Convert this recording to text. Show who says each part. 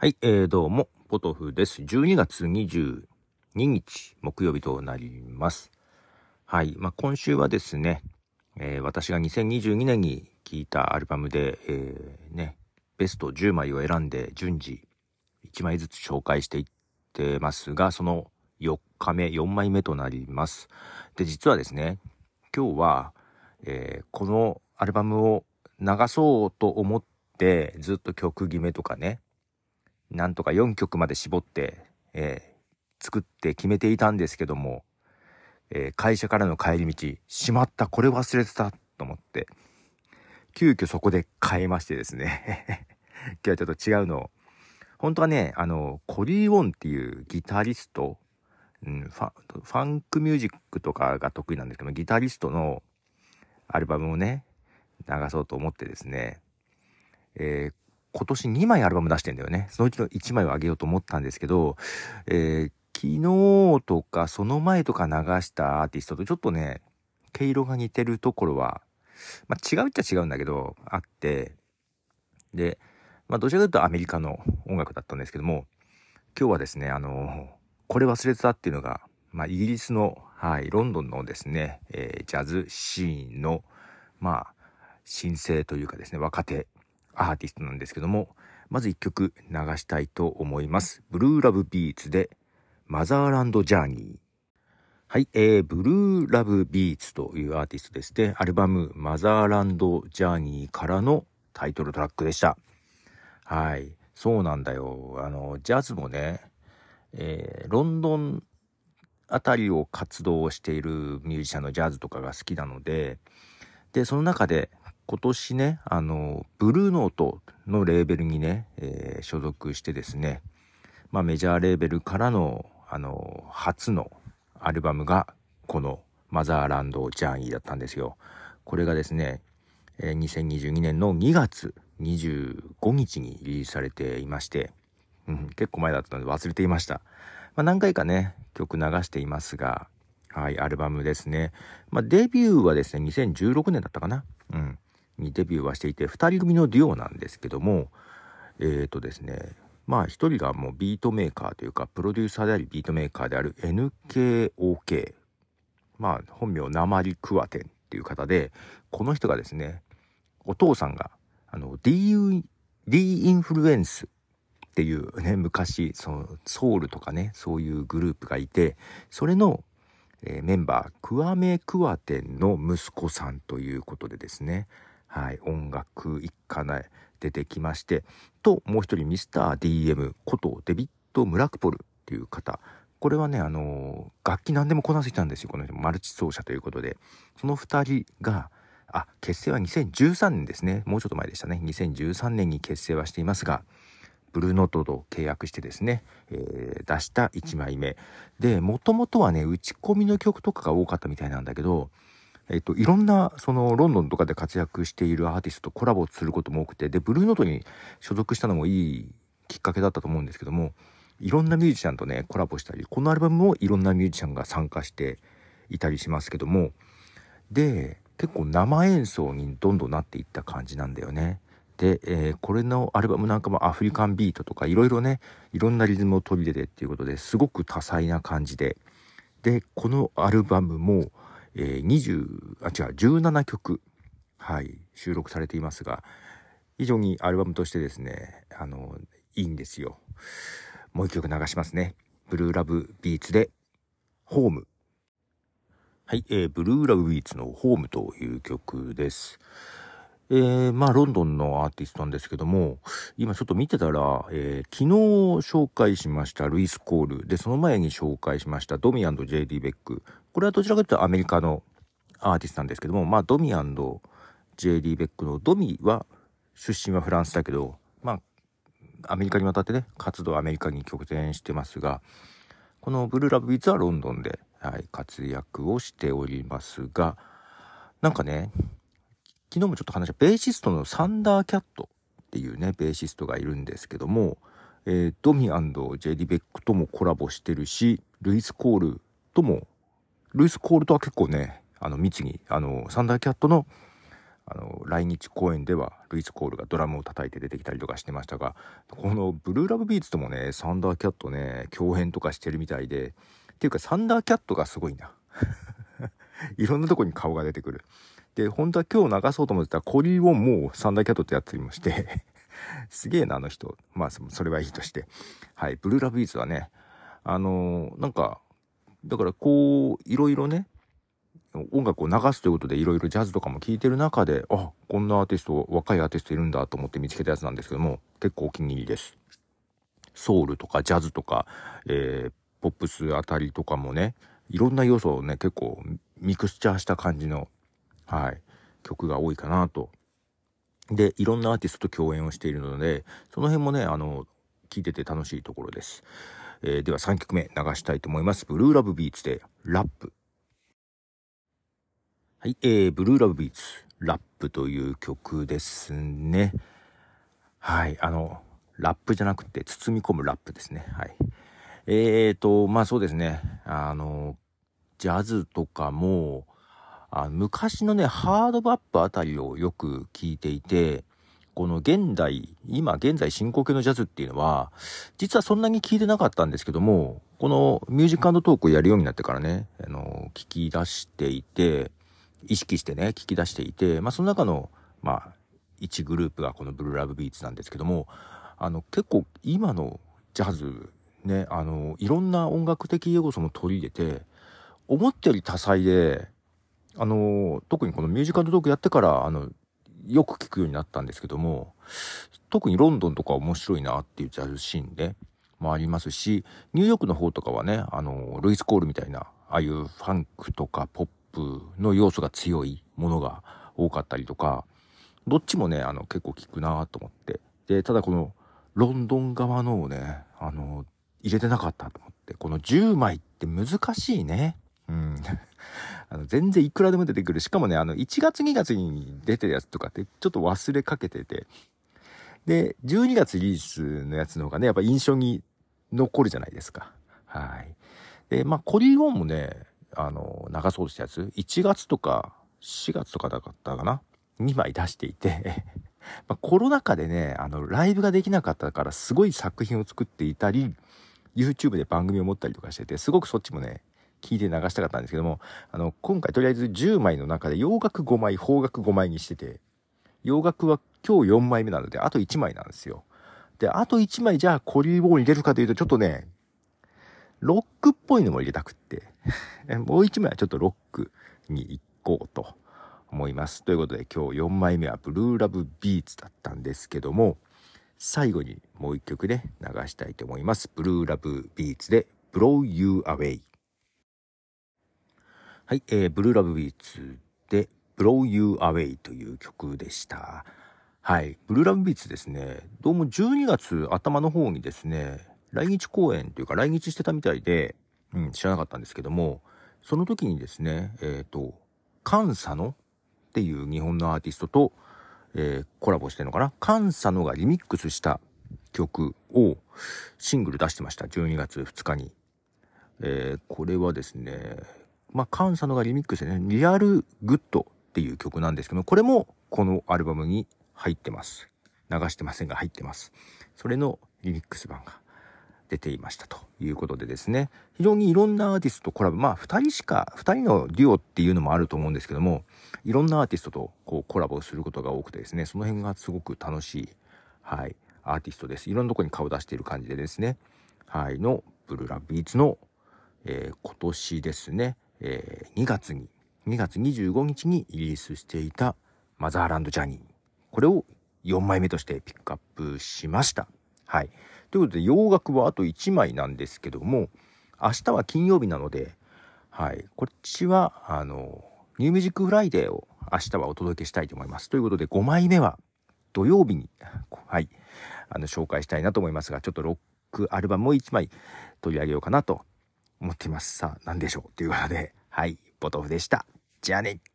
Speaker 1: はい、どうも、ポトフです。12月22日、木曜日となります。はい、今週はですね、私が2022年に聴いたアルバムで、ベスト10枚を選んで順次1枚ずつ紹介していってますが、その4日目、4枚目となります。で、実はですね、今日は、このアルバムを流そうと思って、ずっと曲決めとかね、なんとか4曲まで絞って、作って決めていたんですけども、会社からの帰り道、しまった、これ忘れてたと思って、急遽そこで変えましてですね。今日はちょっと違うのを。本当はね、コリー・ウォンっていうギタリスト、ファンクミュージックとかが得意なんですけども、ギタリストのアルバムをね、流そうと思ってですね、今年2枚アルバム出してんだよね。そのうちの1枚をあげようと思ったんですけど、昨日とかその前とか流したアーティストとちょっとね、毛色が似てるところは、違うっちゃ違うんだけど、あって、で、どちらかというとアメリカの音楽だったんですけども、今日はですね、これ忘れてたっていうのが、イギリスの、ロンドンのですね、ジャズシーンの、新星というかですね、若手アーティストなんですけども、まず1曲流したいと思います。ブルーラブビーツでマザーランドジャーニー。はい、ブルーラブビーツというアーティストですね。アルバムマザーランドジャーニーからのタイトルトラックでした。はい、そうなんだよ。ジャズもね、ロンドンあたりを活動しているミュージシャンのジャズとかが好きなので、その中で今年ね、ブルーノートのレーベルにね、所属してですね、メジャーレーベルからの、初のアルバムがこのマザーランドジャーニーだったんですよ。これがですね、2022年の2月25日にリリースされていまして、結構前だったので忘れていました。何回かね、曲流していますが、はい、アルバムですね。デビューはですね、2016年だったかな。にデビューはしていて、2人組のデュオなんですけども、ですね、一人がもうビートメーカーというか、プロデューサーでありビートメーカーである NKOK。本名、ナマリクワテンっていう方で、この人がですね、お父さんが、D インフルエンスっていうね、昔、そのソウルとかね、そういうグループがいて、それの、メンバー、クワメ・クワテンの息子さんということでですね、はい、音楽一家で出てきまして、と、もう一人、ミスター DM ことデビッド・ムラクポルっていう方。これはね、楽器何でもこなせてたんですよ。この人、マルチ奏者ということで。その二人が、結成は2013年ですね。もうちょっと前でしたね。2013年に結成はしていますが、ブルーノートと契約してですね、出した1枚目で、もともとはね、打ち込みの曲とかが多かったみたいなんだけど、いろんなそのロンドンとかで活躍しているアーティストとコラボすることも多くて、でブルーノートに所属したのもいいきっかけだったと思うんですけども、いろんなミュージシャンとねコラボしたり、このアルバムもいろんなミュージシャンが参加していたりしますけども、で結構生演奏にどんどんなっていった感じなんだよね。で、これのアルバムなんかもアフリカンビートとかいろいろね、いろんなリズムを取り入れてっていうことですごく多彩な感じで、このアルバムも、17曲、はい、収録されていますが、非常にアルバムとしてですね、いいんですよ。もう一曲流しますね。ブルーラブビーツでホーム。はい、ブルーラブビーツのホームという曲です。ロンドンのアーティストなんですけども、今ちょっと見てたら、昨日紹介しましたルイス・コールで、その前に紹介しましたドミ&ジェイディ・ベック。これはどちらかというとアメリカのアーティストなんですけども、ドミ&ジェイディ・ベックのドミは出身はフランスだけど、アメリカに渡ってね、活動はアメリカに拠点してますが、このブルーラブビーツはロンドンで、活躍をしておりますが、なんかね、昨日もちょっと話したベーシストのサンダーキャットっていうねベーシストがいるんですけども、ドミ&ジェイディ・ベックともコラボしてるし、ルイス・コールとは結構ね密にサンダーキャットの来日公演ではルイス・コールがドラムを叩いて出てきたりとかしてましたが、このブルーラブビーツともねサンダーキャットね共演とかしてるみたいで、っていうかサンダーキャットがすごいな。いろんなとこに顔が出てくる。で本当は今日流そうと思ってたコリー・ウォンもサンダーキャットってやったりもしてすげえなあの人。まあそれはいいとして、はい、ブルーラブビーツはねなんかだからこういろいろね音楽を流すということでいろいろジャズとかも聴いてる中で、こんなアーティスト、若いアーティストいるんだと思って見つけたやつなんですけども、結構お気に入りです。ソウルとかジャズとか、ポップスあたりとかもね、いろんな要素をね結構ミクスチャーした感じの、はい、曲が多いかなと。でいろんなアーティストと共演をしているので、その辺もね聴いてて楽しいところです。では3曲目流したいと思います。ブルーラブビーツでラップ。はい、ブルーラブビーツラップという曲ですね。はい、ラップじゃなくて包み込むラップですね。はい。まあそうですね。ジャズとかも昔のねハードバップあたりをよく聞いていて、この現在進行形のジャズっていうのは実はそんなに聞いてなかったんですけども、このミュージック&トークをやるようになってからね聞き出していて、意識してね聞き出していて、その中の1グループがこのブルーラブビーツなんですけども、結構今のジャズねいろんな音楽的要素も取り入れて思ったより多彩で、特にこのミュージック&トークやってからよく聞くようになったんですけども、特にロンドンとか面白いなっていうジャズシーンでもありますし、ニューヨークの方とかはねルイス・コールみたいなああいうファンクとかポップの要素が強いものが多かったりとか、どっちもね結構聞くなと思って、でただこのロンドン側のをね入れてなかったと思って、この10枚って難しいね。全然いくらでも出てくる。しかもね1月2月に出てるやつとかってちょっと忘れかけてて、で12月リリースのやつの方がねやっぱ印象に残るじゃないですか。はい。でコリー・ウォンもね流そうとしたやつ1月とか4月とかだったかな、2枚出していてコロナ禍でねライブができなかったからすごい作品を作っていたり YouTube で番組を持ったりとかしてて、すごくそっちもね聞いて流したかったんですけども、今回とりあえず10枚の中で洋楽5枚邦楽5枚にしてて、洋楽は今日4枚目なのであと1枚なんですよ。であと1枚じゃあコリー・ウォン入れるかというとちょっとねロックっぽいのも入れたくってもう1枚はちょっとロックに行こうと思います。ということで今日4枚目はブルーラブビーツだったんですけども、最後にもう1曲ね流したいと思います。ブルーラブビーツで Blow You Away。 はい、ブルーラブビーツで Blow You Away という曲でした。はい、ブルーラブビーツですね、どうも12月頭の方にですね来日公演というか来日してたみたいで、知らなかったんですけども、その時にですねカンサノっていう日本のアーティストと、コラボしてるのかな。カンサノがリミックスした曲をシングル出してました。12月2日に、これはですねカンサノがリミックスでねリアルグッドっていう曲なんですけど、これもこのアルバムに入ってます。流してませんが入ってます。それのリミックス版が出ていましたということでですね、非常にいろんなアーティストとコラボ、2人のデュオっていうのもあると思うんですけども、いろんなアーティストとこうコラボすることが多くてですね、その辺がすごく楽しい、はい、アーティストです。いろんなところに顔出している感じでですね、はい、のブルーラブビーツの、今年ですね、2月25日にリリースしていたマザーランドジャーニー、これを4枚目としてピックアップしました。はい。ということで洋楽はあと1枚なんですけども、明日は金曜日なので、はい、こっちはニューミュージックフライデーを明日はお届けしたいと思います。ということで5枚目は土曜日に、はい、紹介したいなと思いますが、ちょっとロックアルバムを1枚取り上げようかなと思っています。さあ何でしょうということで、はい、ポトフでした。じゃあね。